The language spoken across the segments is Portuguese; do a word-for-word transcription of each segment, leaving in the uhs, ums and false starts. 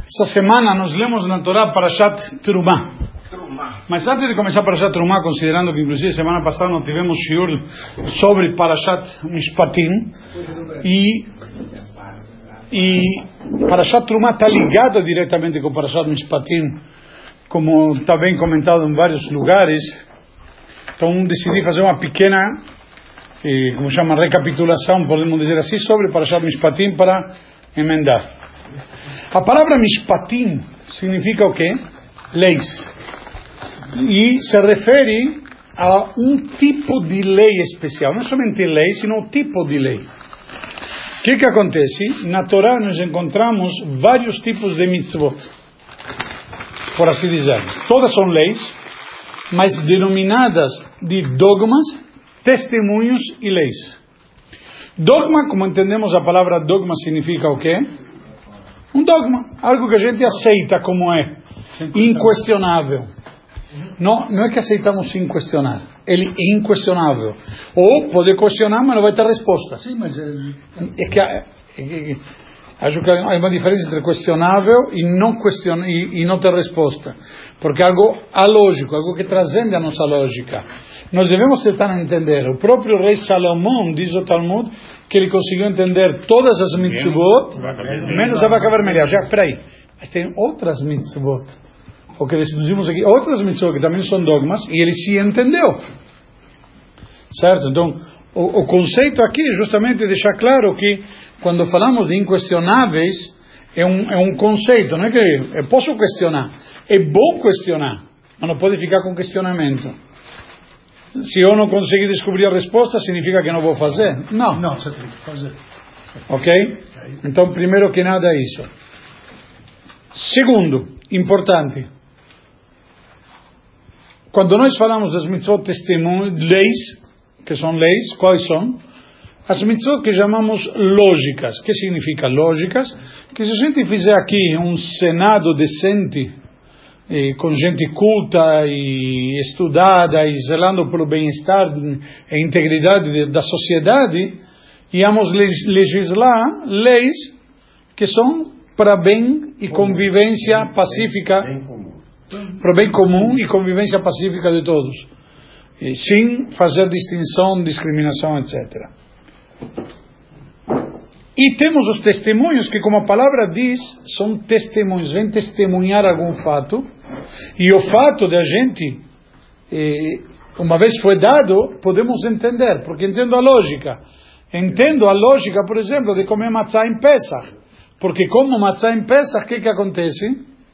Essa semana nós lemos na Torá Parashat Terumá. Mas antes de começar Parashat Terumá, considerando que inclusive semana passada nós tivemos shiur sobre Parashat Mishpatim, e, e Parashat Terumá está ligada diretamente com Parashat Mishpatim, como está bem comentado em vários lugares. Então decidi fazer uma pequena, eh, como chama, recapitulação, podemos dizer assim, sobre Parashat Mishpatim para emendar. A palavra Mishpatim significa o quê? Leis. E se refere a um tipo de lei especial. Não é somente lei, sino um tipo de lei. O que que acontece? Na Torá nós encontramos vários tipos de mitzvot, por assim dizer. Todas são leis, mas denominadas de dogmas, testemunhos e leis. Dogma, como entendemos a palavra dogma, significa o quê? Um dogma, algo que a gente aceita como é, inquestionável. Não, não é que aceitamos sem questionar, ele é inquestionável. Ou pode questionar, mas não vai ter resposta. Sim, mas ele... é que é, é, acho que há uma diferença entre questionável e não questionar e, e não ter resposta, porque é algo alógico, algo que transcende a nossa lógica. Nós devemos tentar entender. O próprio rei Salomão diz o Talmud que ele conseguiu entender todas as mitzvot, menos a vaca vermelha. Já, peraí, mas tem outras mitzvot, o que estudamos aqui, outras mitzvot que também são dogmas, e ele se entendeu. Certo? Então, o, o conceito aqui é justamente deixar claro que, quando falamos de inquestionáveis, é um, é um conceito, não é que eu posso questionar. É bom questionar, mas não pode ficar com questionamento. Se eu não conseguir descobrir a resposta, significa que não vou fazer? Não. Não, você tem que fazer. Ok? Então, primeiro que nada é isso. Segundo, importante. Quando nós falamos das mitzvot testemunhos, leis, que são leis, quais são? As mitzvot que chamamos lógicas. O que significa lógicas? Que se a gente fizer aqui um senado decente, E com gente culta e estudada e zelando pelo bem-estar e integridade da sociedade, íamos legislar leis que são para bem e convivência pacífica, para o bem comum e convivência pacífica de todos, e sem fazer distinção, discriminação, etcétera. E temos os testemunhos que, como a palavra diz, são testemunhos, vêm testemunhar algum fato, e o fato de a gente, eh, uma vez foi dado, podemos entender, porque entendo a lógica. Entendo a lógica, por exemplo, de comer matzá em Pesach, porque como matzá em Pesach, o que que acontece?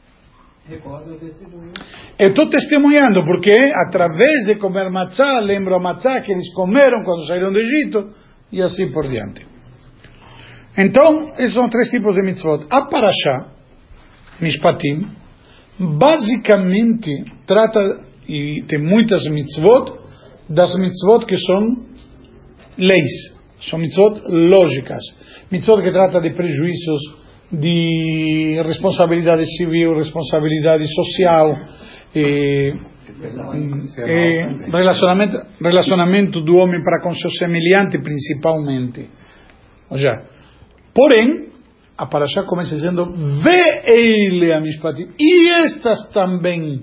Eu estou testemunhando, porque através de comer matzá, lembro a matzá que eles comeram quando saíram do Egito, e assim por diante. Então, esses são três tipos de mitzvot. A Parashá, Mishpatim, basicamente trata, e tem muitas mitzvot, das mitzvot que são leis, são mitzvot lógicas, mitzvot que trata de prejuízos, de responsabilidade civil, responsabilidade social, e, e relacionamento, relacionamento do homem para com seu semelhante, principalmente. Ou seja, porém, a Parashá começa dizendo Ve'eile a Mishpatim, e estas também.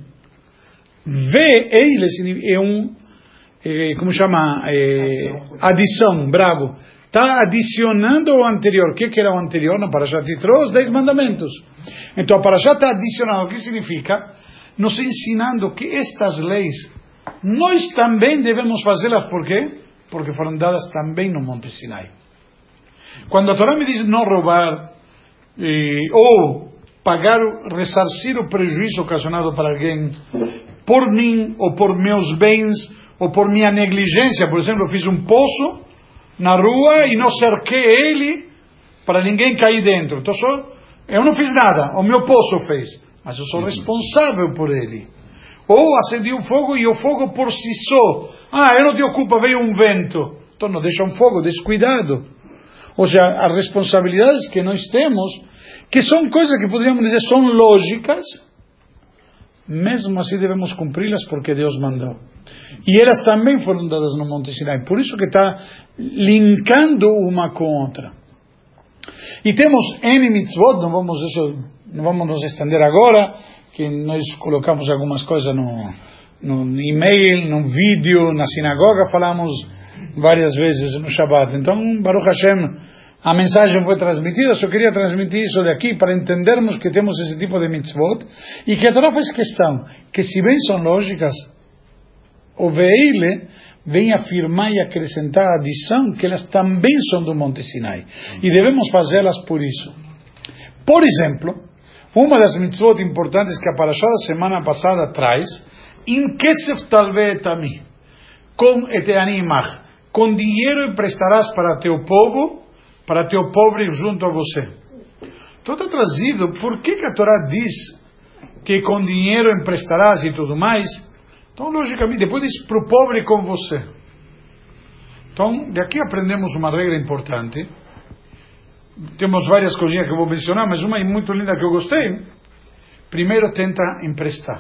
Ve'eile é um, é, como chama, é, adição, bravo. Está adicionando o anterior. O que, que era o anterior? Na Parashá Yitro, os dez mandamentos. Então a Parashá está adicionando. O que significa? Nos ensinando que estas leis, nós também devemos fazê-las. Por quê? Porque foram dadas também no Monte Sinai. Quando a Torá me diz não roubar, eh, ou pagar, ressarcir o prejuízo ocasionado para alguém, por mim, ou por meus bens, ou por minha negligência, por exemplo, eu fiz um poço na rua e não cerquei ele para ninguém cair dentro. Então, só, eu não fiz nada, o meu poço fez, mas eu sou responsável por ele. Ou acendi um fogo e o fogo por si só, ah, eu não tenho culpa, veio um vento, então não deixa um fogo, descuidado. Ou seja, as responsabilidades que nós temos, que são coisas que poderíamos dizer são lógicas, mesmo assim devemos cumpri-las porque Deus mandou. E elas também foram dadas no Monte Sinai. Por isso que está linkando uma com outra. E temos N mitzvot, não vamos isso não vamos nos estender agora, que nós colocamos algumas coisas no, no e-mail, no vídeo, na sinagoga, falamos várias vezes no Shabbat. Então, Baruch Hashem, a mensagem foi transmitida, só queria transmitir isso daqui para entendermos que temos esse tipo de mitzvot e que a Torá faz questão, que se bem são lógicas, o Veile vem afirmar e acrescentar a adição que elas também são do Monte Sinai e devemos fazê-las por isso. Por exemplo, uma das mitzvot importantes que a Parashá da semana passada traz, in kesef talve etami, com eteani imach, com dinheiro emprestarás para teu povo, para teu pobre junto a você. Então está trazido, por que, que a Torá diz que com dinheiro emprestarás e tudo mais? Então, logicamente, depois diz para o pobre com você. Então, daqui aprendemos uma regra importante. Temos várias coisinhas que eu vou mencionar, mas uma muito linda que eu gostei. Primeiro, tenta emprestar.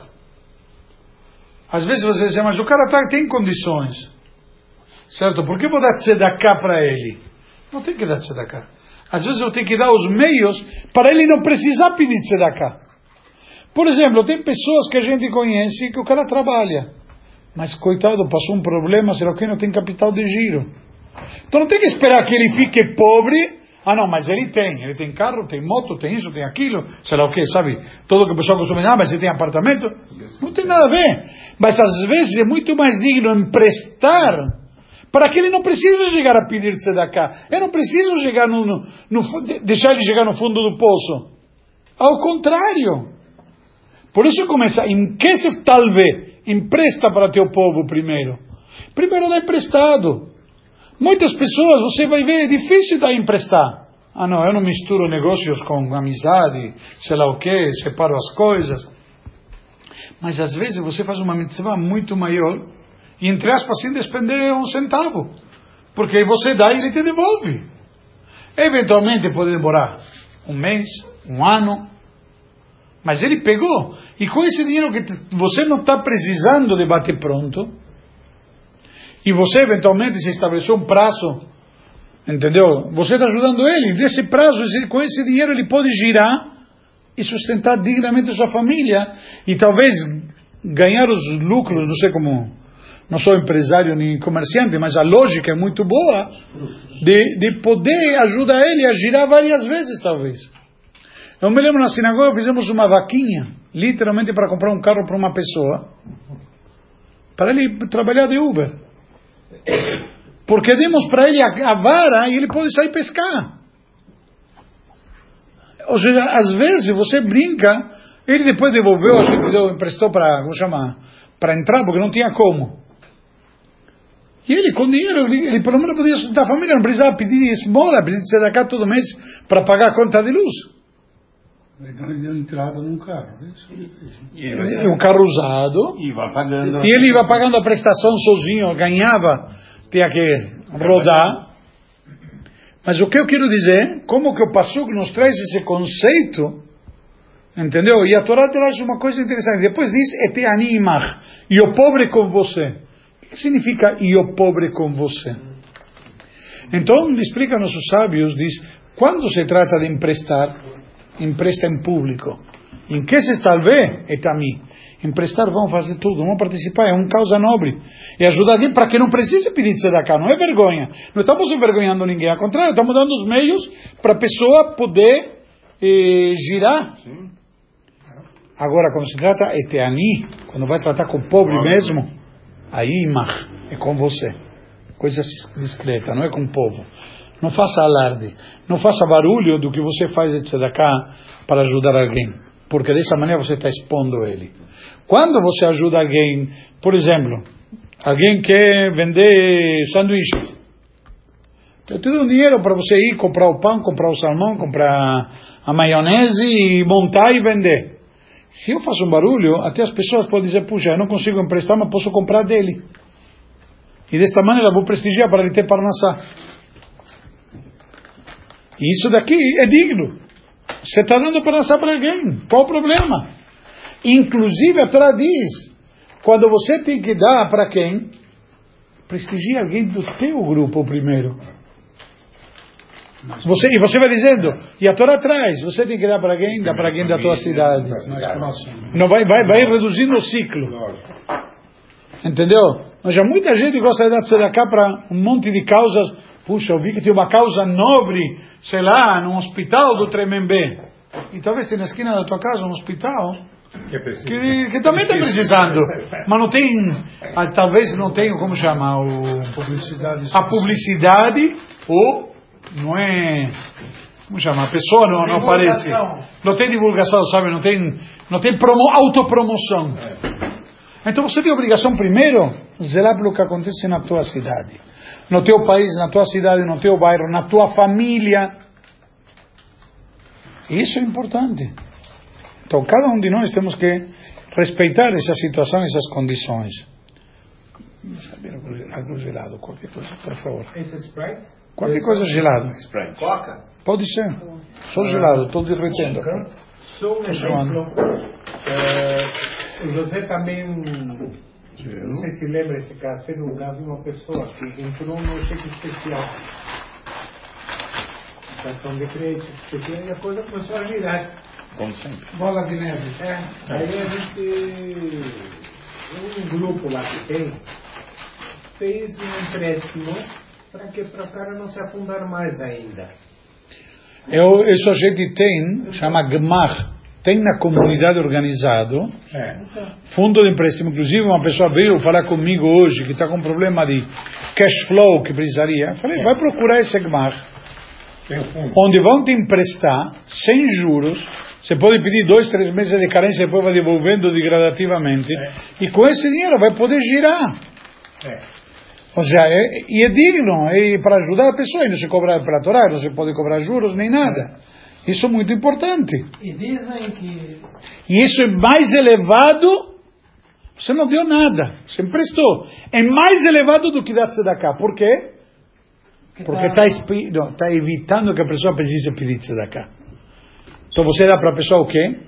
Às vezes você diz, mas o cara tá, tem condições. Certo? Por que vou dar tzedakah para ele? Não tem que dar tzedakah. Às vezes eu tenho que dar os meios para ele não precisar pedir tzedakah. Por exemplo, tem pessoas que a gente conhece que o cara trabalha, mas coitado, passou um problema, será que não tem capital de giro. Então não tem que esperar que ele fique pobre. Ah não, mas ele tem, ele tem carro, tem moto, tem isso, tem aquilo, sei lá o que, sabe? Todo que o pessoal costuma dizer, ah, mas ele tem apartamento. Não tem nada a ver. Mas às vezes é muito mais digno emprestar para que ele não precise chegar a pedir tzedakah. Eu não preciso chegar no, no, no, deixar ele chegar no fundo do poço. Ao contrário. Por isso começa, em kesef talve, empresta para teu povo primeiro. Primeiro dá emprestado. Muitas pessoas, você vai ver, é difícil dar emprestar. Ah não, eu não misturo negócios com amizade, sei lá o que, separo as coisas. Mas às vezes você faz uma mitzvah muito maior, e entre aspas, sem despender um centavo. Porque você dá e ele te devolve. Eventualmente pode demorar um mês, um ano, mas ele pegou. E com esse dinheiro que você não está precisando de bater pronto, e você eventualmente se estabeleceu um prazo, entendeu? Você está ajudando ele. Nesse prazo, com esse dinheiro ele pode girar e sustentar dignamente a sua família. E talvez ganhar os lucros, não sei como, não sou empresário nem comerciante, mas a lógica é muito boa de, de poder ajudar ele a girar várias vezes, talvez. Eu me lembro na sinagoga, fizemos uma vaquinha, literalmente para comprar um carro para uma pessoa, para ele trabalhar de Uber. Porque demos para ele a, a vara e ele pode sair pescar. Ou seja, às vezes você brinca, ele depois devolveu, acho que deu, emprestou para, como chama, para entrar, porque não tinha como. E ele, com dinheiro, ele, ele pelo menos podia sustentar a família, não precisava pedir esmola, pedir tzedakah todo mês para pagar a conta de luz. Então ele entrava num carro, é um carro usado, e, vai pagando e ele ia pagando a prestação sozinho, ganhava, tinha que rodar. Mas o que eu quero dizer, como que o Pasuk nos traz esse conceito, entendeu? E a Torá traz uma coisa interessante, depois diz, eteani imach, e o pobre com você. O que significa e o pobre com você? Então, explica nossos sábios, diz, quando se trata de emprestar, empresta em público. Em que se talvez é a mim. Emprestar, vão fazer tudo, vão participar, é uma causa nobre. E ajudar alguém para que não precise pedir tzedakah, não é vergonha. Não estamos envergonhando ninguém, ao contrário, estamos dando os meios para a pessoa poder eh, girar. Sim. Agora, quando se trata eteani, quando vai tratar com o pobre ah, mesmo, aí imach, é com você. Coisa discreta, não é com o povo. Não faça alarde, não faça barulho do que você faz de tzedakah para ajudar alguém, porque dessa maneira você está expondo ele. Quando você ajuda alguém, por exemplo, alguém quer vender sanduíche, eu te dou um dinheiro para você ir comprar o pão, comprar o salmão, comprar a maionese e montar e vender. Se eu faço um barulho, até as pessoas podem dizer, puxa, eu não consigo emprestar, mas posso comprar dele. E desta maneira vou prestigiar para ele ter parnassá. E isso daqui é digno. Você está dando parnassá para alguém. Qual o problema? Inclusive a Torá diz, quando você tem que dar para quem? Prestigie alguém do teu grupo primeiro. Você, e você vai dizendo, e a Torá traz, você tem que dar para quem? Dá para quem da tua cidade. Não vai, vai, vai reduzindo o ciclo. Entendeu? Mas já muita gente gosta de dar tzedakah para um monte de causas. Puxa, eu vi que tem uma causa nobre, sei lá, num hospital do Tremembé. E talvez tenha na esquina da tua casa um hospital que, que, que também está precisando. Mas não tem, ah, talvez não tenha, como chama? O, Publicidade. a publicidade, ou não é. Como chama? A pessoa não, não aparece. Não tem divulgação, sabe? Não tem, não tem promo, autopromoção. Então você tem a obrigação primeiro zelar pelo que acontece na tua cidade, no teu país, na tua cidade, no teu bairro, na tua família. Isso é importante. Então cada um de nós temos que respeitar essa situação, essas condições. Algo gelado, qualquer coisa, por favor. Esse Sprite? Qualquer coisa gelada. Coca? Pode ser. Só gelado, estou derretendo. Só um exemplo. É, o José também, não sei se lembra esse caso, teve um caso de uma pessoa que entrou no cheque especial. Cartão de crédito especial, e a coisa começou a virar. Como sempre. Bola de neve. É. Aí a gente, um grupo lá que tem, fez um empréstimo para que para o cara não se afundar mais ainda. Eu, isso a gente tem, chama Gmach, tem na comunidade organizado, É. fundo de empréstimo. Inclusive uma pessoa veio falar comigo hoje que está com problema de cash flow que precisaria. Eu falei, vai procurar esse Gmach, onde vão te emprestar sem juros. Você pode pedir dois, três meses de carência e depois vai devolvendo gradativamente, é. E com esse dinheiro vai poder girar. É. Ou seja, é, e é digno, é para ajudar a pessoa, e não se cobra pela Torá, não se pode cobrar juros nem nada. Isso é muito importante. E dizem que... E isso é mais elevado, você não deu nada, você emprestou. É mais elevado do que dar tzedakah. Por quê? Porque está tá evitando que a pessoa precise pedir tzedakah. Então você dá para a pessoa o quê?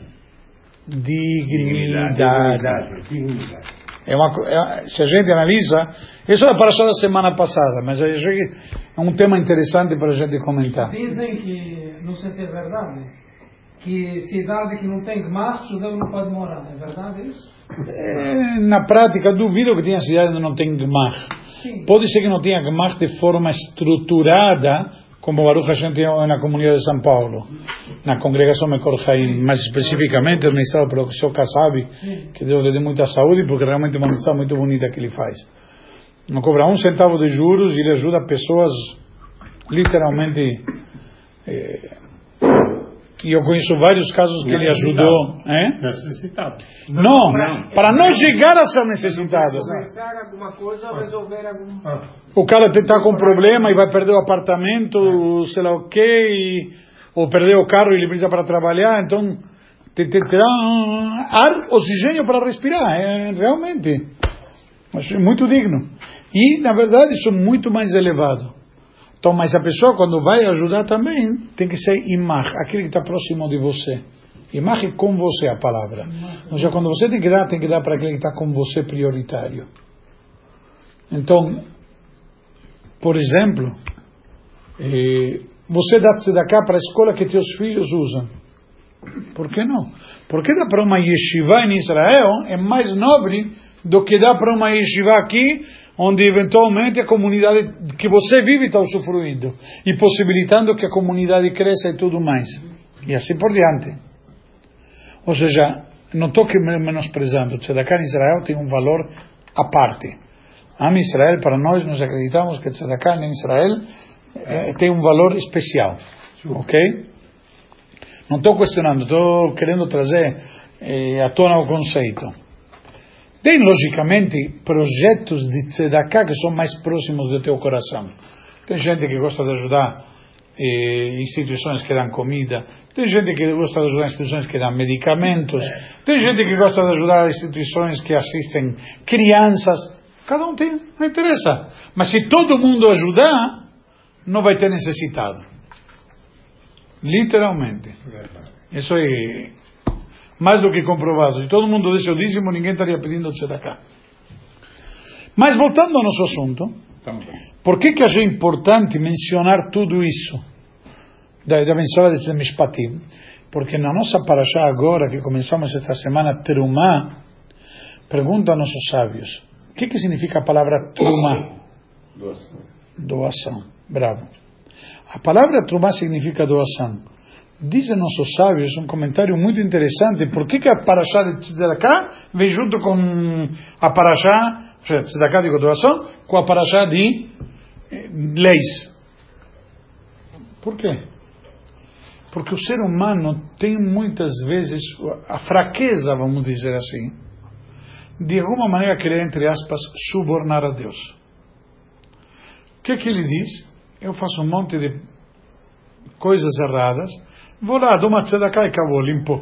Dignidade. Dignidade. É uma, é, se a gente analisa, isso é a parasha da semana passada, mas é um tema interessante para a gente comentar. Dizem que, não sei se é verdade, que cidade que não tem Gmach, judeu não pode morar, é verdade isso? É, na prática, duvido que tenha cidade que não tem Gmach. Sim. Pode ser que não tenha Gmach de forma estruturada, como Baruch Hashem tem na comunidade de São Paulo, na congregação Mekor Chaim, mais especificamente administrado pelo seu Kasabi, que Deus lhe dê muita saúde, porque realmente é uma missão muito bonita que ele faz. Não cobra um centavo de juros e ele ajuda pessoas literalmente. Eh, e eu conheço vários casos que ele ajudou. Necessitado. Não, para não chegar a ser necessitado. Começar alguma coisa ou resolver algum... O cara está com problema e vai perder o apartamento, sei lá o quê, e, ou perder o carro e ele precisa para trabalhar, então te, te, te dá ar, oxigênio para respirar, é, realmente. Mas é muito digno. E, na verdade, isso é muito mais elevado. Então, mas a pessoa, quando vai ajudar também, tem que ser imach, aquele que está próximo de você. Imach é com você a palavra. Ou seja, quando você tem que dar, tem que dar para aquele que está com você prioritário. Então, por exemplo, eh, você dá tzedakah para a escola que teus filhos usam. Por que não? Porque dá para uma yeshiva em Israel é mais nobre do que dá para uma yeshiva aqui, onde eventualmente a comunidade que você vive está usufruindo e possibilitando que a comunidade cresça e tudo mais. E assim por diante. Ou seja, não estou menosprezando. O tzedakah em Israel tem um valor à parte. Am Israel, para nós, nós acreditamos que o tzedakah em Israel é, tem um valor especial. Ok? Não estou questionando, estou querendo trazer eh, à tona o conceito. Tem, logicamente, projetos de tzedakah que são mais próximos do teu coração. Tem gente que gosta de ajudar eh, instituições que dão comida. Tem gente que gosta de ajudar instituições que dão medicamentos. Tem gente que gosta de ajudar instituições que assistem crianças. Cada um tem, não interessa. Mas se todo mundo ajudar, não vai ter necessitado. Literalmente. Isso é mais do que comprovado. Se todo mundo desse o dízimo, ninguém estaria pedindo tzedakah. Mas voltando ao nosso assunto, por que que achei importante mencionar tudo isso? da, da Mitzvah de Mishpatim, porque na nossa parashá agora, que começamos esta semana, Terumá, pergunta a nossos sábios, o que, que significa a palavra Terumá? Doação. Doação. Bravo. A palavra Terumá significa doação. Dizem nossos sábios um comentário muito interessante. Por que, que a parashá de Tzedakah vem junto com a parashá, Tzedakah digo doação, com a parashá de eh, leis? Por quê? Porque o ser humano tem muitas vezes a fraqueza, vamos dizer assim, de alguma maneira querer, entre aspas, subornar a Deus. O que, que ele diz? Eu faço um monte de coisas erradas, vou lá, dou uma tzedakah e acabou, limpou.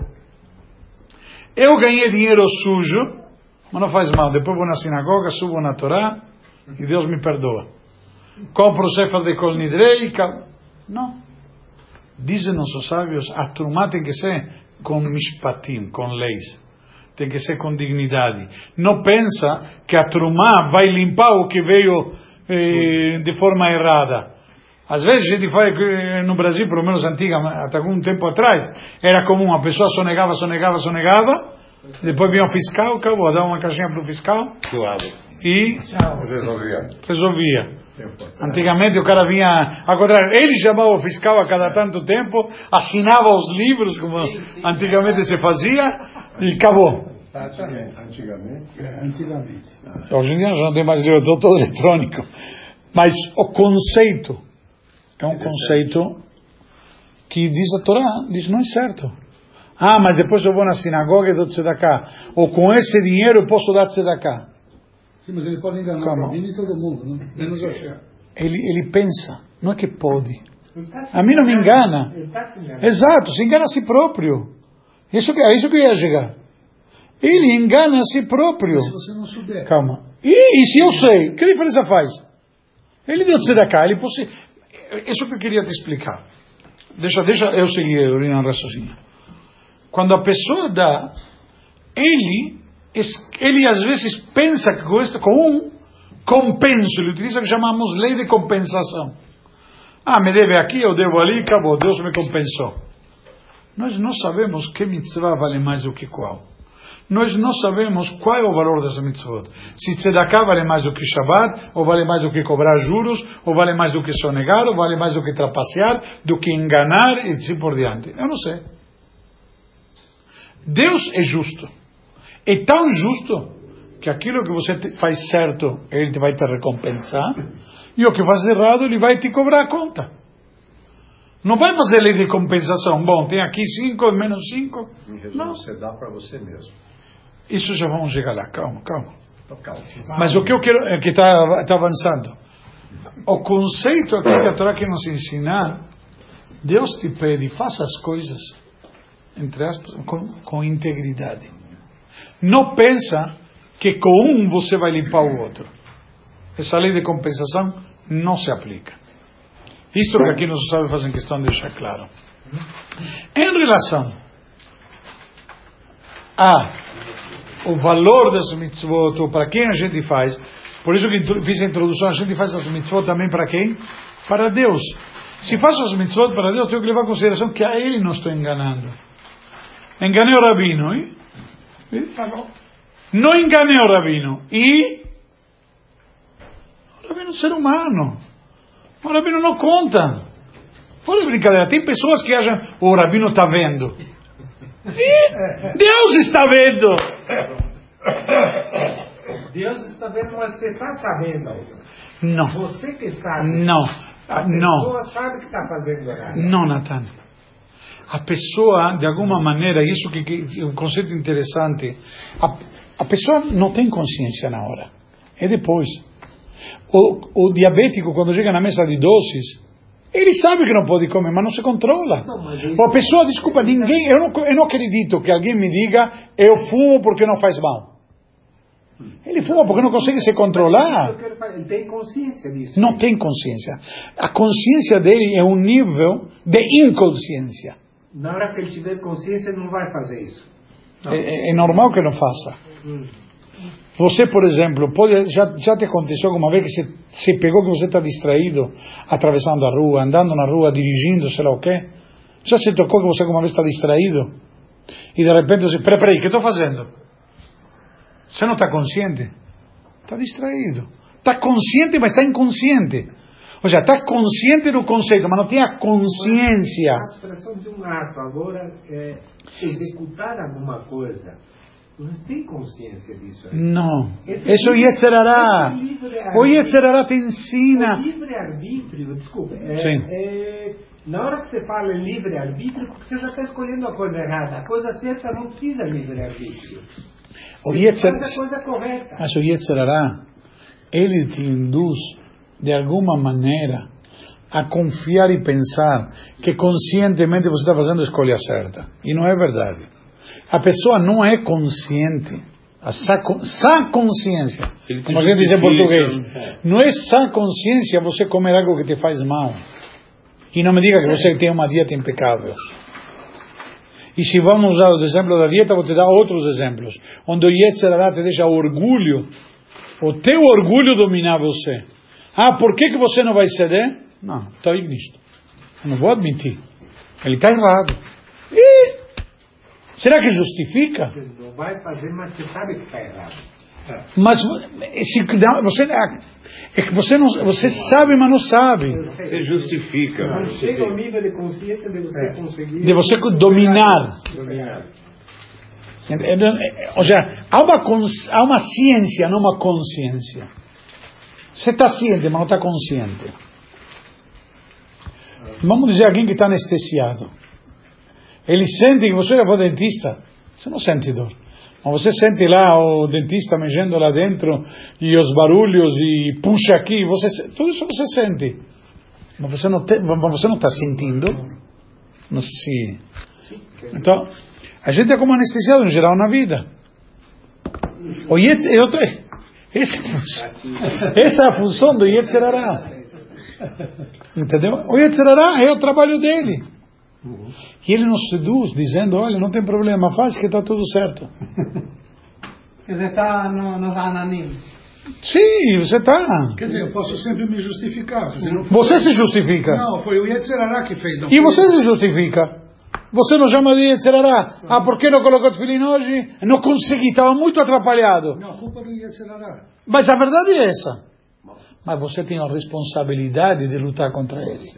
Eu ganhei dinheiro sujo, mas não faz mal, depois vou na sinagoga, subo na Torá e Deus me perdoa. Compro o Sefer de Kol Nidrei e acabou. Não. Dizem nossos sábios, a Trumá tem que ser com mishpatim, com leis. Tem que ser com dignidade. Não pensa que a Trumá vai limpar o que veio eh, de forma errada. Às vezes a gente faz, no Brasil, pelo menos antiga, até algum tempo atrás, era comum, a pessoa sonegava, sonegava, sonegava, depois vinha o fiscal, acabou, dava uma caixinha para o fiscal e Resolvia. resolvia. Antigamente o cara vinha, ao contrário, ele chamava o fiscal a cada tanto tempo, assinava os livros, como antigamente se fazia, e acabou. Antigamente. É, antigamente. Hoje em dia já não tem mais livro, todo, todo eletrônico. Mas o conceito é um conceito que diz a Torá, diz não é certo. Ah, mas depois eu vou na sinagoga e dou tzedakah. Ou com esse dinheiro eu posso dar tzedakah. Sim, mas ele pode enganar o rabino e todo mundo, não? Menos eu. Ele, ele pensa, não é que pode. A mim não me engana. Exato, se engana a si próprio. Isso que, é isso que eu ia chegar. Ele engana a si próprio. Se você não souber. Calma. E, e se eu sei, que diferença faz? Ele deu tzedakah, ele possui... Isso que eu queria te explicar. Deixa, deixa eu seguir o raciocínio. Quando a pessoa dá, ele, ele às vezes pensa que com, este, com um compenso, ele utiliza o que chamamos lei de compensação. Ah, me deve aqui, eu devo ali, acabou, Deus me compensou. Nós não sabemos que mitzvah vale mais do que qual. Nós não sabemos qual é o valor dessa mitzvot. Se tzedakah vale mais do que Shabbat, ou vale mais do que cobrar juros, ou vale mais do que sonegar, ou vale mais do que trapacear, do que enganar, e assim por diante. Eu não sei. Deus é justo. É tão justo que aquilo que você faz certo, Ele vai te recompensar, e o que faz errado, Ele vai te cobrar a conta. Não vai fazer lei de compensação. Bom, tem aqui cinco, menos cinco. Não. Você dá para você mesmo. Isso já vamos chegar lá. Calma, calma. Calma. Mas o que eu quero é que está tá avançando. O conceito aqui que a Torá quer nos ensinar, Deus te pede, faça as coisas, entre aspas, com, com integridade. Não pensa que com um você vai limpar o outro. Essa lei de compensação não se aplica. Isto que aqui nos sábios fazem questão de deixar claro. Em relação a o valor das mitzvot, ou para quem a gente faz, por isso que fiz a introdução, a gente faz as mitzvot também para quem? Para Deus. Se faço as mitzvot para Deus, tenho que levar em consideração que a Ele não estou enganando. Enganei o rabino, hein? Não enganei o rabino. E o rabino é um ser humano. O rabino não conta. Fora de brincadeira, tem pessoas que acham o rabino está vendo. E Deus está vendo. Deus está vendo, mas você está sabendo. Não. Você que sabe. Não. A Não. pessoa sabe que está fazendo errado. Não, Natan. A pessoa, de alguma maneira, isso que, que é um conceito interessante, a, a pessoa não tem consciência na hora. É depois. O, o diabético, quando chega na mesa de doces, ele sabe que não pode comer, mas não se controla. Não, isso... A pessoa, desculpa, ninguém, eu não, eu não acredito que alguém me diga, eu fumo porque não faz mal. Ele fuma porque não consegue se controlar. Ele tem consciência disso. Não tem consciência. A consciência dele é um nível de inconsciência. Na hora que ele tiver consciência, ele não vai fazer isso. É, é normal que não faça. Hum. Você, por exemplo, pode, já, já te aconteceu alguma vez que você, você pegou que você está distraído, atravessando a rua, andando na rua, dirigindo, sei lá o quê? Já se tocou que você alguma vez está distraído? E de repente você, peraí, peraí, o que estou fazendo? Você não está consciente? Está distraído. Está consciente, mas está inconsciente. Ou seja, está consciente do conceito, mas não tem a consciência. A abstração de um ato, agora, é executar alguma coisa. Você tem consciência disso? Aí? Não. Esse Isso é o Yetzirará. O Yetzirará te ensina. O livre-arbítrio, desculpa, é, Sim. é, na hora que você fala em livre-arbítrio, você já está escolhendo a coisa errada. A coisa certa não precisa de livre-arbítrio. O Faz Yetzirará, a coisa correta. mas o Yetzirará, ele te induz, de alguma maneira, a confiar e pensar que conscientemente você está fazendo a escolha certa. E não é verdade. A pessoa não é consciente. A sã, sã consciência, como a gente diz em português, não é sã consciência você comer algo que te faz mal. E não me diga que você tem uma dieta impecável. E se vamos usar o exemplo da dieta, vou te dar outros exemplos, onde o Yetzirará te deixa orgulho, o teu orgulho dominar você. Ah, por que, que você não vai ceder? Não, estou aí nisto. Eu não vou admitir. Ele está errado. E será que justifica? Você não vai fazer, mas você sabe que está errado. Mas se, não, você, é que você, não, você sabe, mas não sabe. Você justifica. Não chega ao nível de consciência de você é. conseguir... De você dominar. dominar. Ou seja, há uma, há uma ciência, não uma consciência. Você está ciente, mas não está consciente. Vamos dizer alguém que está anestesiado. Ele sente que você vai para o dentista. Você não sente dor. Mas você sente lá o dentista mexendo lá dentro e os barulhos e puxa aqui. Você, tudo isso você sente. Mas você não te, mas você não está sentindo. Não se... Então, a gente é como anestesiado em geral na vida. O Yetz, eu te, esse, essa é a função do Yetzirará. Entendeu? O Yetzirará é o trabalho dele. E ele nos seduz dizendo, olha, não tem problema, faz que está tudo certo. Quer dizer, está no, nos ananim. Sim, você está. Quer dizer, eu posso sempre me justificar. Não foi... Você se justifica. Não, foi o Yetzirará que fez. Não e você ele. se justifica. Você não chama de Yetzirará. Ah, por que não colocou tefilim hoje? Não consegui, estava muito atrapalhado. Não, a culpa do Yetzirará. Mas a verdade é essa. Mas você tem a responsabilidade de lutar contra ele.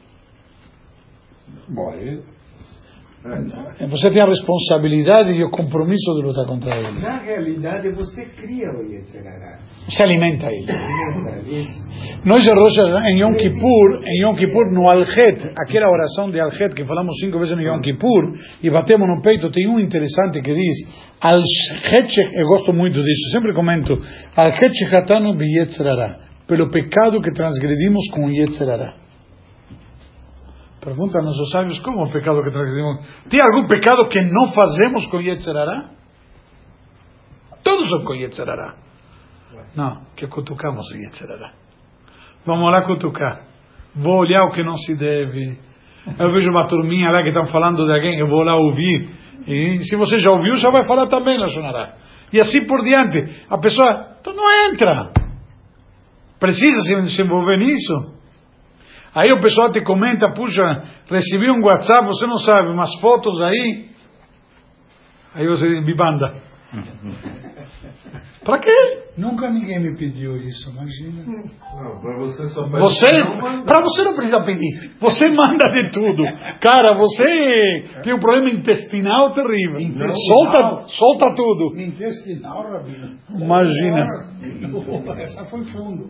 Morre. Você tem a responsabilidade e o compromisso de lutar contra ele. Na realidade, você cria o Yetzirará. Se alimenta ele. Nós em Yom Kippur, em Yom Kippur, no Al-Het, aquela oração de Al-Het que falamos cinco vezes no Yom Kippur, e batemos no peito, tem um interessante que diz, Al-Het, eu gosto muito disso, sempre comento, Al-Het Shechatanu bi Yetzirará, pelo pecado que transgredimos com o Yetzirará. Pergunta a nossos sábios, como o pecado que transgredimos? Tem algum pecado que não fazemos com Yetzirará? Todos são com Yetzirará. Não, que cutucamos o Yetzirará. Vamos lá cutucar. Vou olhar o que não se deve. Eu vejo uma turminha lá que estão falando de alguém, eu vou lá ouvir. E se você já ouviu, já vai falar também, Lashonará. E assim por diante. A pessoa, então não entra. Precisa se, se envolver nisso. Aí o pessoal te comenta, puxa, recebi um WhatsApp, você não sabe, umas fotos aí. Aí você diz, me manda. Para quê? Nunca ninguém me pediu isso, imagina. Não, para você só pede. Você, para você não precisa pedir. Você manda de tudo. Cara, você tem um problema intestinal terrível. Intestinal. Solta, solta tudo. Intestinal, Rabino. Imagina. Essa foi fundo.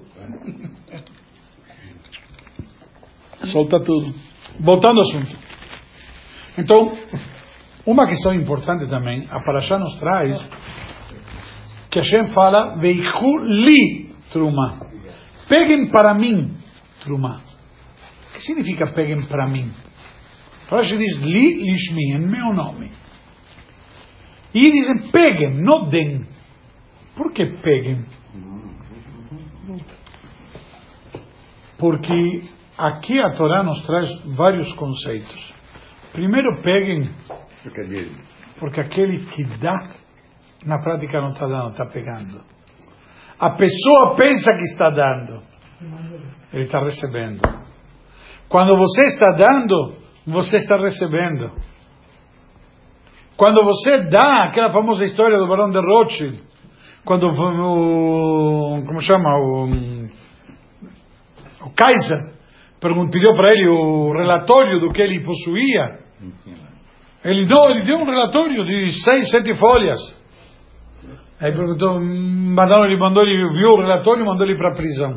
Solta tudo. Voltando ao assunto. Então, uma questão importante também, a Parashá nos traz que Hashem fala, Veichu li truma. Peguem para mim truma. O que significa peguem para mim? Parashá diz, li lishmi, em meu nome. E dizem, peguem, não deem. Por que peguem? Porque aqui a Torá nos traz vários conceitos. Primeiro, peguem, porque aquele que dá, na prática não está dando, está pegando. A pessoa pensa que está dando, ele está recebendo. Quando você está dando, você está recebendo. Quando você dá, aquela famosa história do Barão de Rothschild, quando o, como chama, o, o Kaiser pediu para ele o relatório do que ele possuía, ele deu, ele deu um relatório de seis, sete folhas. Aí perguntou, mandaram, ele mandou, ele viu o relatório e mandou ele para a prisão.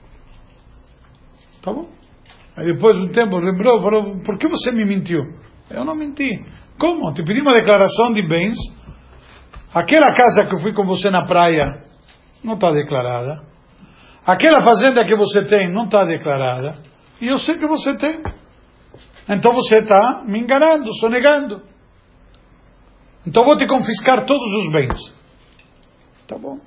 Tá bom? Aí depois de um tempo lembrou, falou, por que você me mentiu? Eu não menti. Como? Te pedi uma declaração de bens. Aquela casa que eu fui com você na praia não está declarada. Aquela fazenda que você tem não está declarada. E eu sei que você tem. Então você está me enganando, sonegando. Então vou te confiscar todos os bens. Tá bom.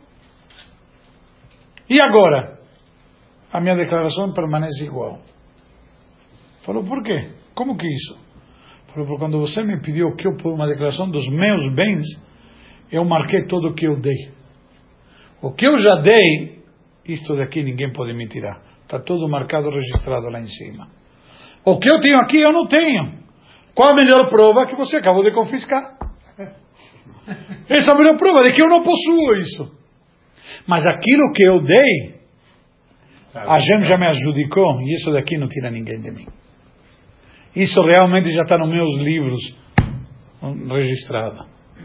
E agora? A minha declaração permanece igual. Falou, por quê? Como que isso? Falou, porque quando você me pediu que eu por uma declaração dos meus bens, eu marquei tudo o que eu dei. O que eu já dei, isto daqui ninguém pode me tirar. Está tudo marcado, registrado lá em cima. O que eu tenho aqui, eu não tenho. Qual a melhor prova? Que você acabou de confiscar. Essa é a melhor prova de que eu não possuo isso. Mas aquilo que eu dei, a gente já me adjudicou, e isso daqui não tira ninguém de mim. Isso realmente já está nos meus livros registrado.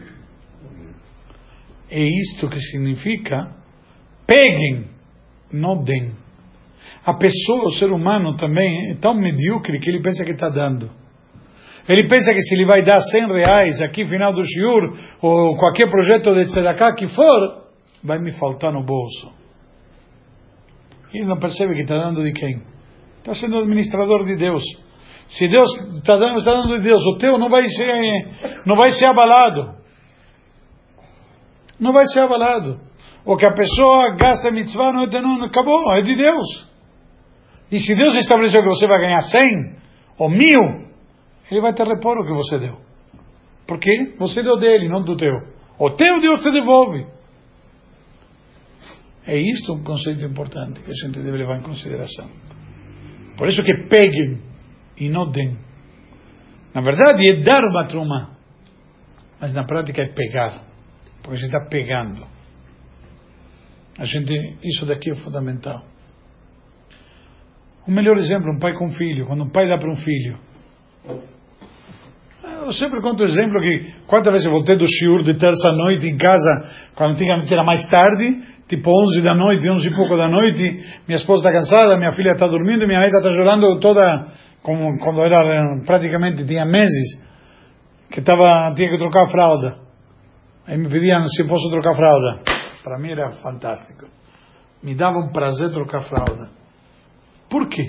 É isto que significa: peguem, não deem. A pessoa, o ser humano também é tão medíocre que ele pensa que está dando. Ele pensa que se ele vai dar cem reais aqui final do shiur, ou qualquer projeto de tzedakah que for, vai me faltar no bolso. Ele não percebe que está dando de quem? Está sendo administrador de Deus. Se Deus está dando, está dando de Deus, o teu não vai ser, não vai ser abalado. Não vai ser abalado. O que a pessoa gasta mitzvah, não, não, acabou, é de Deus. E se Deus estabeleceu que você vai ganhar cem ou mil, Ele vai te repor o que você deu. Porque você deu dele, não do teu. O teu Deus te devolve. É isto um conceito importante que a gente deve levar em consideração. Por isso que peguem e não deem. Na verdade é dar uma truma, mas na prática é pegar, porque você está pegando. A gente, isso daqui é fundamental. O melhor exemplo, um pai com um filho. Quando um pai dá para um filho, eu sempre conto o exemplo que quantas vezes eu voltei do shiur de terça noite em casa, quando antigamente era mais tarde, tipo onze da noite, onze e pouco da noite, minha esposa está cansada, minha filha está dormindo e minha neta está chorando toda, como quando era praticamente tinha meses, que tava, tinha que trocar a fralda. Aí me pediam se posso trocar a fralda. Para mim era fantástico. Me dava um prazer trocar a fralda. Por quê?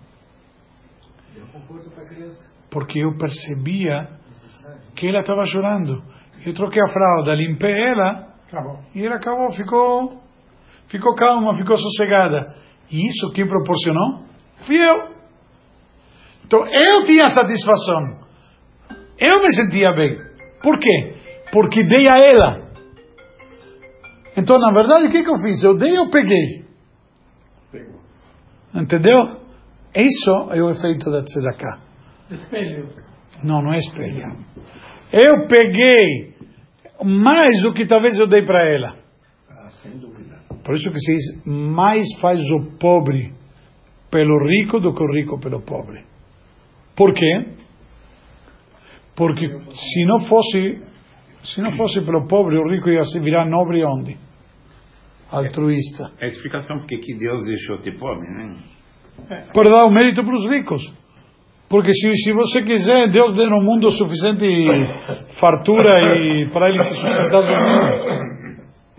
Porque eu percebia que ela estava chorando. Eu troquei a fralda, limpei ela, acabou. E ela acabou, ficou, ficou calma, ficou sossegada. E isso quem proporcionou? Fui eu. Então eu tinha satisfação. Eu me sentia bem. Por quê? Porque dei a ela. Então, na verdade, o que, que eu fiz? Eu dei ou peguei? Pegou. Entendeu? Isso é o efeito da tzedakah. Espelho. Não, não é espelho. Eu peguei mais do que talvez eu dei para ela. Ah, sem dúvida. Por isso que se diz, mais faz o pobre pelo rico do que o rico pelo pobre. Por quê? Porque se não fosse, se não fosse pelo pobre, o rico ia se virar nobre onde? Altruísta. É a explicação porque que Deus deixou ter pobre, né? Para dar o mérito para os ricos. Porque se, se você quiser, Deus dê no mundo suficiente fartura e para ele se sustentar sozinho.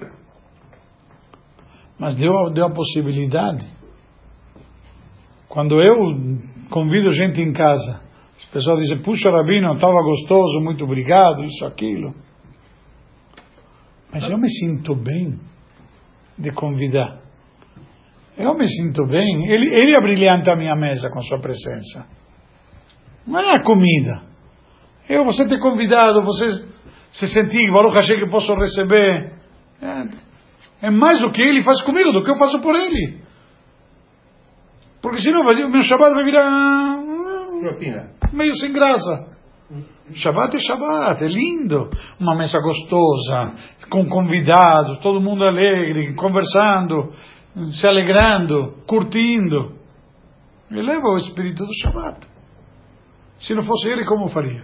Mas deu, deu a possibilidade. Quando eu convido gente em casa, as pessoas dizem, puxa, Rabino, estava gostoso, muito obrigado, isso, aquilo. Mas eu me sinto bem de convidar. Eu me sinto bem. Ele, ele abrilhanta a minha mesa com sua presença. Não é a comida. Eu, você ter convidado, você se sentir, Baruch Hashem, que posso receber. É, é mais do que ele faz comigo, do que eu faço por ele. Porque senão o meu Shabbat vai virar Propina. meio sem graça. Shabbat é Shabbat, é lindo. Uma mesa gostosa, com convidados, todo mundo alegre, conversando, se alegrando, curtindo. Eleva o espírito do Shabbat. Se não fosse ele, como faria?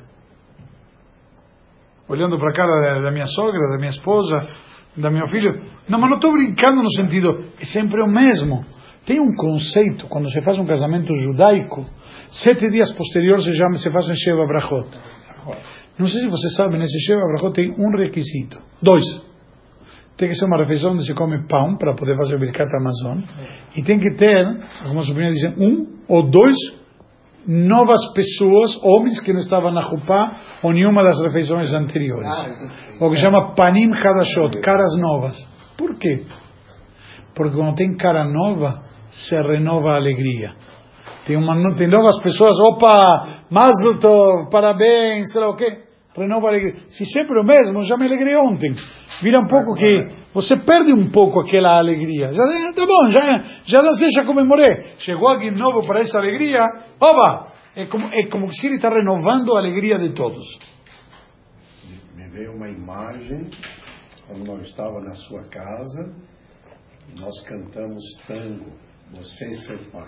Olhando para a cara da minha sogra, da minha esposa, da meu filho. Não, mas não estou brincando no sentido, é sempre o mesmo. Tem um conceito, quando se faz um casamento judaico, sete dias posteriores se, chama, se fazem Sheva Brachot. Não sei se você sabe, nesse Sheva Brachot tem um requisito. Dois. Tem que ser uma refeição onde se come pão, para poder fazer o Birkat Hamazon. E tem que ter, algumas opiniões dizem, um ou dois novas pessoas, homens que não estavam na Chupá ou nenhuma das refeições anteriores. O que chama Panim Hadashot, caras novas. Por quê? Porque quando tem cara nova, se renova a alegria. Tem, uma, tem novas pessoas, opa, Mazel Tov, parabéns, sei lá o quê. Renova a alegria. Se sempre o mesmo, já me alegrei ontem. Vira um pouco que você perde um pouco aquela alegria. Já, tá bom, já, já deixa comemorei. Chegou alguém novo para essa alegria. Opa! É como, é como se ele está renovando a alegria de todos. Me veio uma imagem, quando nós estávamos na sua casa, nós cantamos tango, você e seu pai.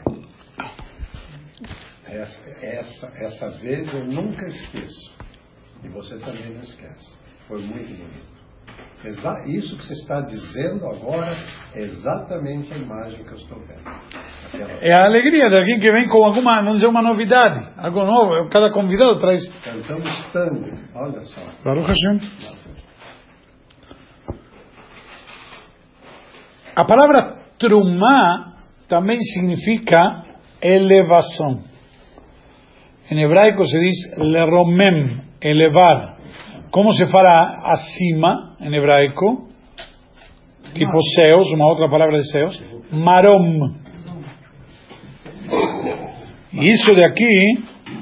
Essa, essa, essa vez eu nunca esqueço. E você também não esquece. Foi muito bonito. Exa- isso que você está dizendo agora é exatamente a imagem que eu estou vendo. Aquela... É a alegria de alguém que vem com alguma, vamos dizer, uma novidade. Algo novo. Cada convidado traz. Cantamos tango, olha só. Baruch Hashem. A palavra trumá também significa elevação. Em hebraico se diz leromem, elevar. Como se fala acima, em hebraico? Tipo céus, uma outra palavra de céus. Marom. Isso daqui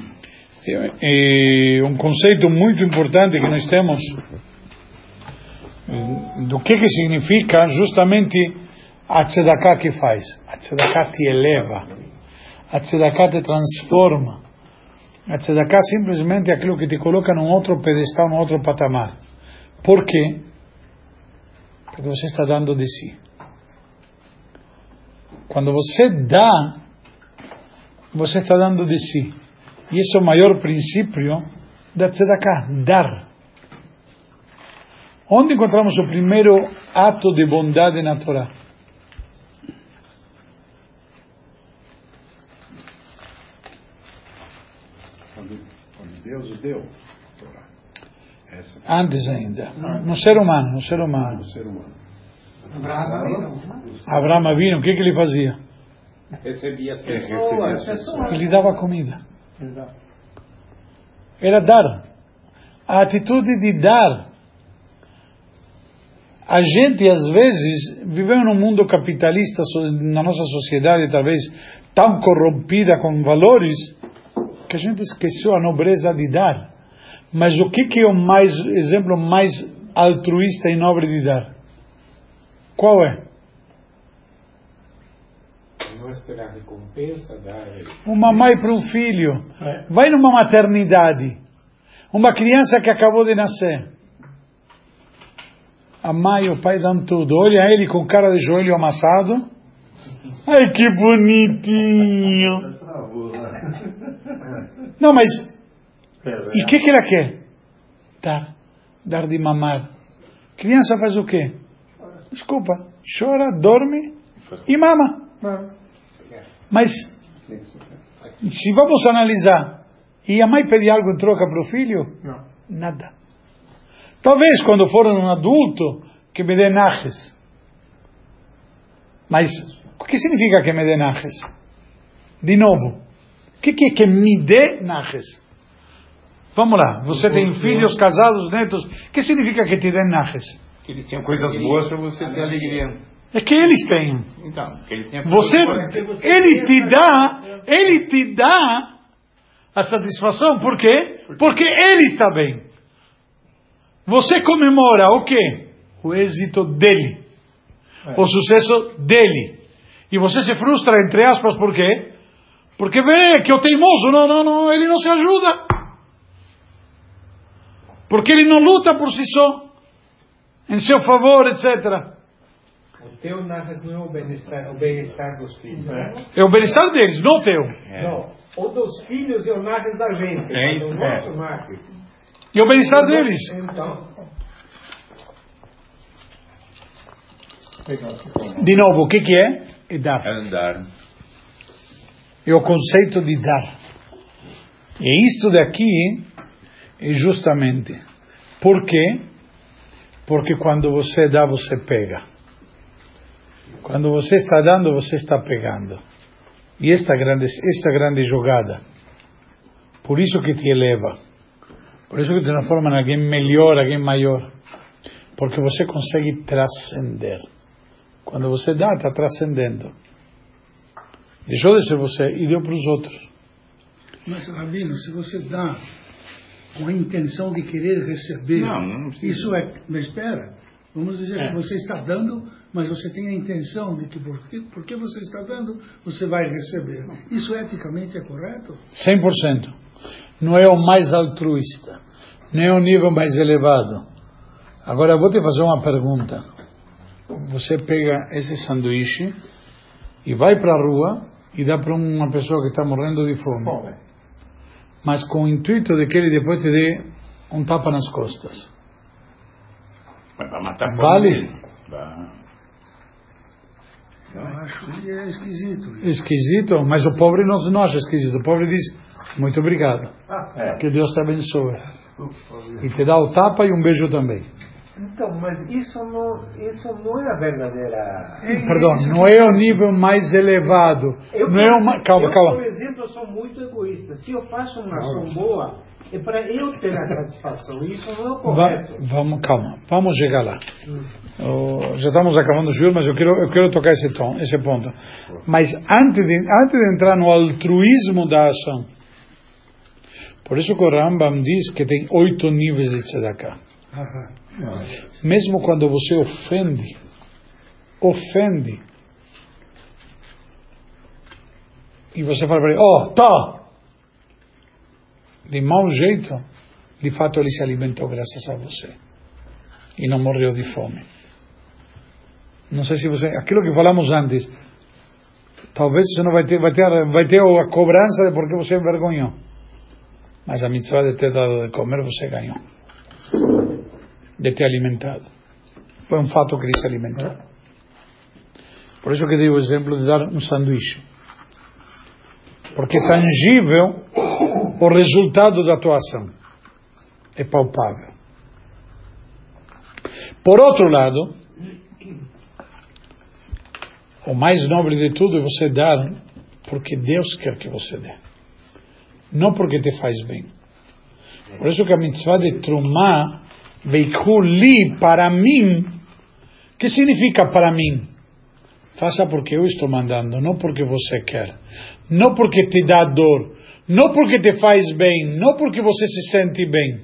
é um conceito muito importante que nós temos do que que significa justamente a tzedakah que faz. A tzedakah te eleva. A tzedakah te transforma. A tzedakah simplesmente é aquilo que te coloca num outro pedestal, num outro patamar. Por quê? Porque você está dando de si. Quando você dá, você está dando de si. E esse é o maior princípio da tzedakah, dar. Onde encontramos o primeiro ato de bondade na Torá? Quando, quando Deus deu. Essa... Antes ainda. No ser humano, no ser humano. No ser humano. Abraão Avinu, o que, que ele fazia? Recebia as Pessoas, pessoas. Ele dava comida. Era dar. A atitude de dar. A gente, às vezes, viveu num mundo capitalista, na nossa sociedade, talvez, tão corrompida com valores, que a gente esqueceu a nobreza de dar. Mas o que, que é o mais, exemplo mais altruísta e nobre de dar? Qual é? Não esperar recompensa, dar. Uma mãe para um filho. Vai numa maternidade. Uma criança que acabou de nascer. A mãe e o pai dão tudo. Olha ele com cara de joelho amassado. Ai, que bonitinho. Não, mas... E o que, que ela quer? Dar. Dar de mamar. Criança faz o quê? Desculpa. Chora, dorme e mama. Mas, se vamos analisar, e a mãe pede algo em troca para o filho? Não. Nada. Talvez quando for um adulto, que me dê najes. Mas, o que significa que me dê najes? De novo, o que, que é que me dê najes? Vamos lá, você tem filhos, casados, netos, o que significa que te dê najes? Que eles tinham coisas boas para você ter alegria. É que eles têm. Então, que ele tinha Você, ele te dá, ele te dá a satisfação, por quê? Porque ele está bem. Você comemora o quê? O êxito dele. O sucesso dele. E você se frustra, entre aspas, por quê? Porque vê que o teimoso, não, não, não, ele não se ajuda. Porque ele não luta por si só, em seu favor, etcétera. O teu narras não é o bem-estar, o bem-estar dos filhos, né? É o bem-estar deles, não o teu. É. Não, o dos filhos é o narras da gente, É mas isso, o é. nosso narras. E o bem-estar deles. Então, De novo, o que, que é? É dar. Andar. É o conceito de dar. E isto daqui é justamente. Por quê? Porque quando você dá, você pega. Quando você está dando, você está pegando. E esta grande, esta grande jogada. Por isso que te eleva. Por isso que te transforma em alguém melhor, alguém maior. Porque você consegue transcender. Quando você dá, está transcendendo. Deixou de ser você e deu para os outros. Mas, Rabino, se você dá com a intenção de querer receber, Não, não precisa. isso é... Mas espera, vamos dizer É. que você está dando, mas você tem a intenção de que porque, porque você está dando, você vai receber. Isso eticamente é correto? cem por cento. Não é o mais altruísta. Não é o nível mais elevado. Agora, eu vou te fazer uma pergunta. Você pega esse sanduíche e vai para a rua e dá para uma pessoa que está morrendo de fome. fome. Mas com o intuito de que ele depois te dê um tapa nas costas. Mas vai matar a Vale? fome dele. Vai. Eu acho que é esquisito. Esquisito, mas o pobre não, não acha esquisito. O pobre diz, muito obrigado. É. Que Deus te abençoe. E te dá o tapa e um beijo também. Então, mas isso não, isso não é a verdadeira... Perdão, não é o nível mais elevado. Eu, Não é o ma... Calma, eu, calma. por exemplo, sou muito egoísta. Se eu faço uma ação boa, é para eu ter a satisfação. Isso não é o Va- correto. vamos, calma, vamos chegar lá. Oh, já estamos acabando o jogo, mas eu quero, eu quero tocar esse, tom, esse ponto. Mas antes de, antes de entrar no altruísmo da ação, por isso que o Rambam diz que tem oito níveis de tzedakah. Mesmo quando você ofende, ofende, e você fala para ele, oh, tá, de mau jeito, de fato ele se alimentou graças a você e não morreu de fome. Não sei se você, aquilo que falamos antes, talvez você não vai ter, vai ter, vai ter a cobrança de porque você envergonhou, mas a mitzvah de ter dado de comer você ganhou, de ter alimentado. Foi um fato que ele se alimentou. Por isso que dei o exemplo de dar um sanduíche, porque é tangível o resultado da tua ação, é palpável. Por outro lado, o mais nobre de tudo é você dar porque Deus quer que você dê, não porque te faz bem. Por isso que a mitzvah de Trumá, Veikhu li, para mim, que significa para mim? Faça porque eu estou mandando, não porque você quer, não porque te dá dor, não porque te faz bem, não porque você se sente bem,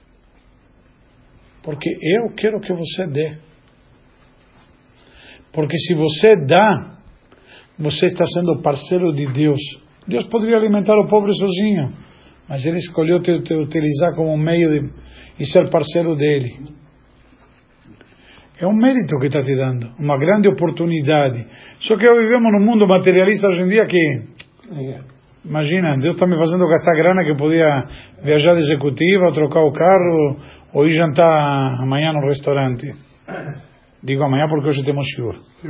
porque eu quero que você dê. Porque se você dá, você está sendo parceiro de Deus. Deus poderia alimentar o pobre sozinho, mas Ele escolheu te, te utilizar como meio de, e ser parceiro dele. É um mérito que está te dando, uma grande oportunidade. Só que vivemos num mundo materialista hoje em dia que, imagina, Deus está me fazendo gastar grana que eu podia viajar de executiva, trocar o carro, ou ir jantar amanhã no restaurante. Digo amanhã porque hoje temos shiur.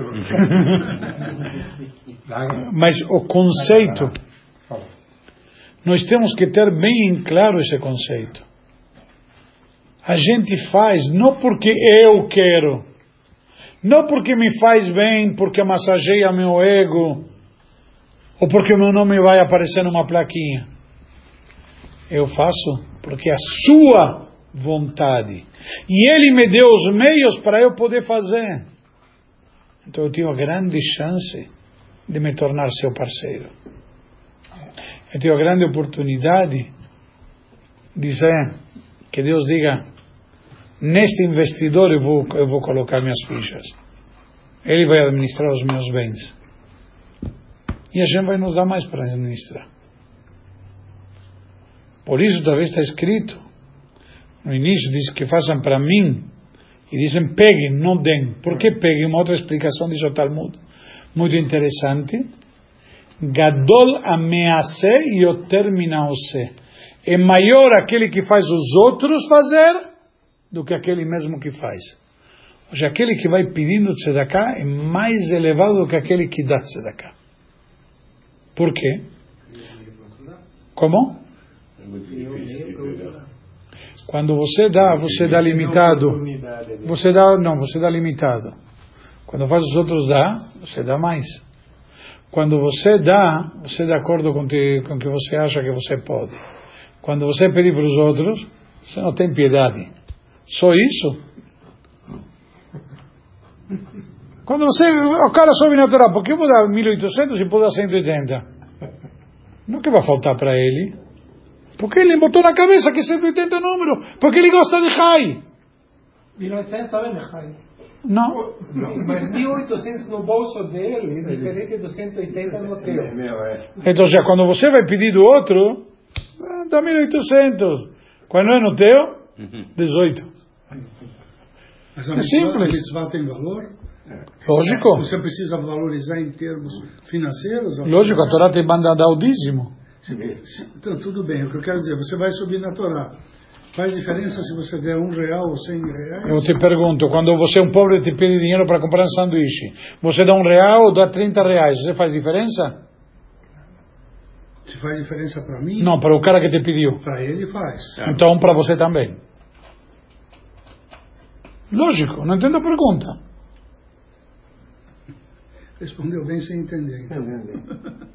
Mas o conceito, nós temos que ter bem em claro esse conceito. A gente faz não porque eu quero, não porque me faz bem, porque massageia meu ego, ou porque meu nome vai aparecer numa plaquinha. Eu faço porque é a sua vontade. E Ele me deu os meios para eu poder fazer. Então eu tenho a grande chance de me tornar seu parceiro. Eu tenho a grande oportunidade de dizer que Deus diga, neste investidor eu vou, eu vou colocar minhas fichas. Ele vai administrar os meus bens. e a gente vai nos dar mais para administrar. Por isso, talvez está escrito, no início diz que façam para mim, e dizem peguem, não deem. Por que peguem? Uma outra explicação diz o Talmud, muito interessante. Gadol amease yoter minaose. É maior aquele que faz os outros fazer do que aquele mesmo que faz. Ou seja, aquele que vai pedindo tzedakah é mais elevado do que aquele que dá tzedakah. Por quê? Como? É muito difícil. Quando você dá, você dá limitado. Você dá, não, você dá limitado. Quando faz os outros dá, você dá mais. Quando você dá, você é de acordo com o que, com que você acha que você pode. Quando você pedir para os outros, você não tem piedade. Só isso. Quando você, o cara sobe na Torá, por que eu vou dar mil e oitocentos e vou dar cento e oitenta? Não que vai faltar para ele. Porque ele botou na cabeça que cento e oitenta é número. Porque ele gosta de Chai. mil e oitocentos também é Chai. Não. Mas mil e oitocentos no bolso dele é diferente do cento e oitenta no teu. Então, já quando você vai pedir do outro, dá mil e oitocentos. Quando é no teu, dezoito. Mas a É mitzvah, simples. a mitzvah tem valor? Lógico. Você precisa valorizar em termos financeiros? Lógico, a Torá te manda dar o dízimo. Então, tudo bem. O que eu quero dizer, você vai subir na Torá. Faz diferença se você der um real ou cem reais? Eu te pergunto, quando você é um pobre e te pede dinheiro para comprar um sanduíche, você dá um real ou dá trinta reais? Você faz diferença? Se faz diferença para mim? Não, para o cara que te pediu. Para ele faz. Então para você também. Lógico, não entendo a pergunta. Respondeu bem sem entender. Então.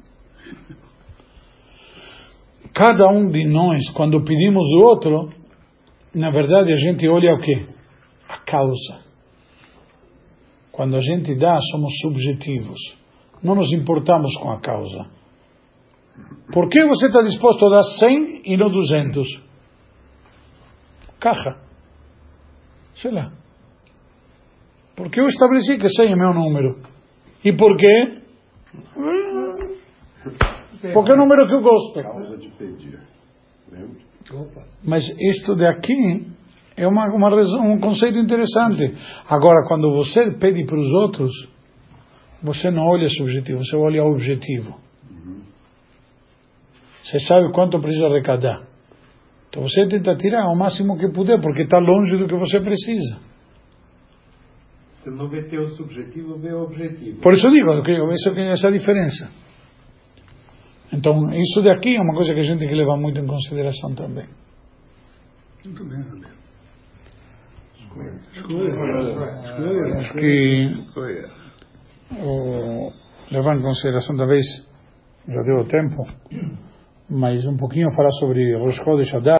Cada um de nós, quando pedimos do outro, na verdade a gente olha o quê? A causa. Quando a gente dá, somos subjetivos. Não nos importamos com a causa. Por que você está disposto a dar cem e não duzentos? Caja. Sei lá. Porque eu estabeleci que cem é meu número. E por quê? Porque é o número que eu gosto. Causa de pedir. Mas isto de aqui é uma, uma razão, um conceito interessante. Agora, quando você pede para os outros, você não olha subjetivo, você olha objetivo. Você sabe quanto precisa arrecadar. Então você tenta tirar o máximo que puder, porque está longe do que você precisa. Você não vê teu subjetivo, vê o objetivo. Por isso eu digo, que essa, essa é a diferença. Então, isso daqui é uma coisa que a gente tem que levar muito em consideração também. Muito bem, André. Escolha. Acho que o, levar em consideração, talvez, já deu tempo, mas um pouquinho falar sobre Rosh Chodesh Adar.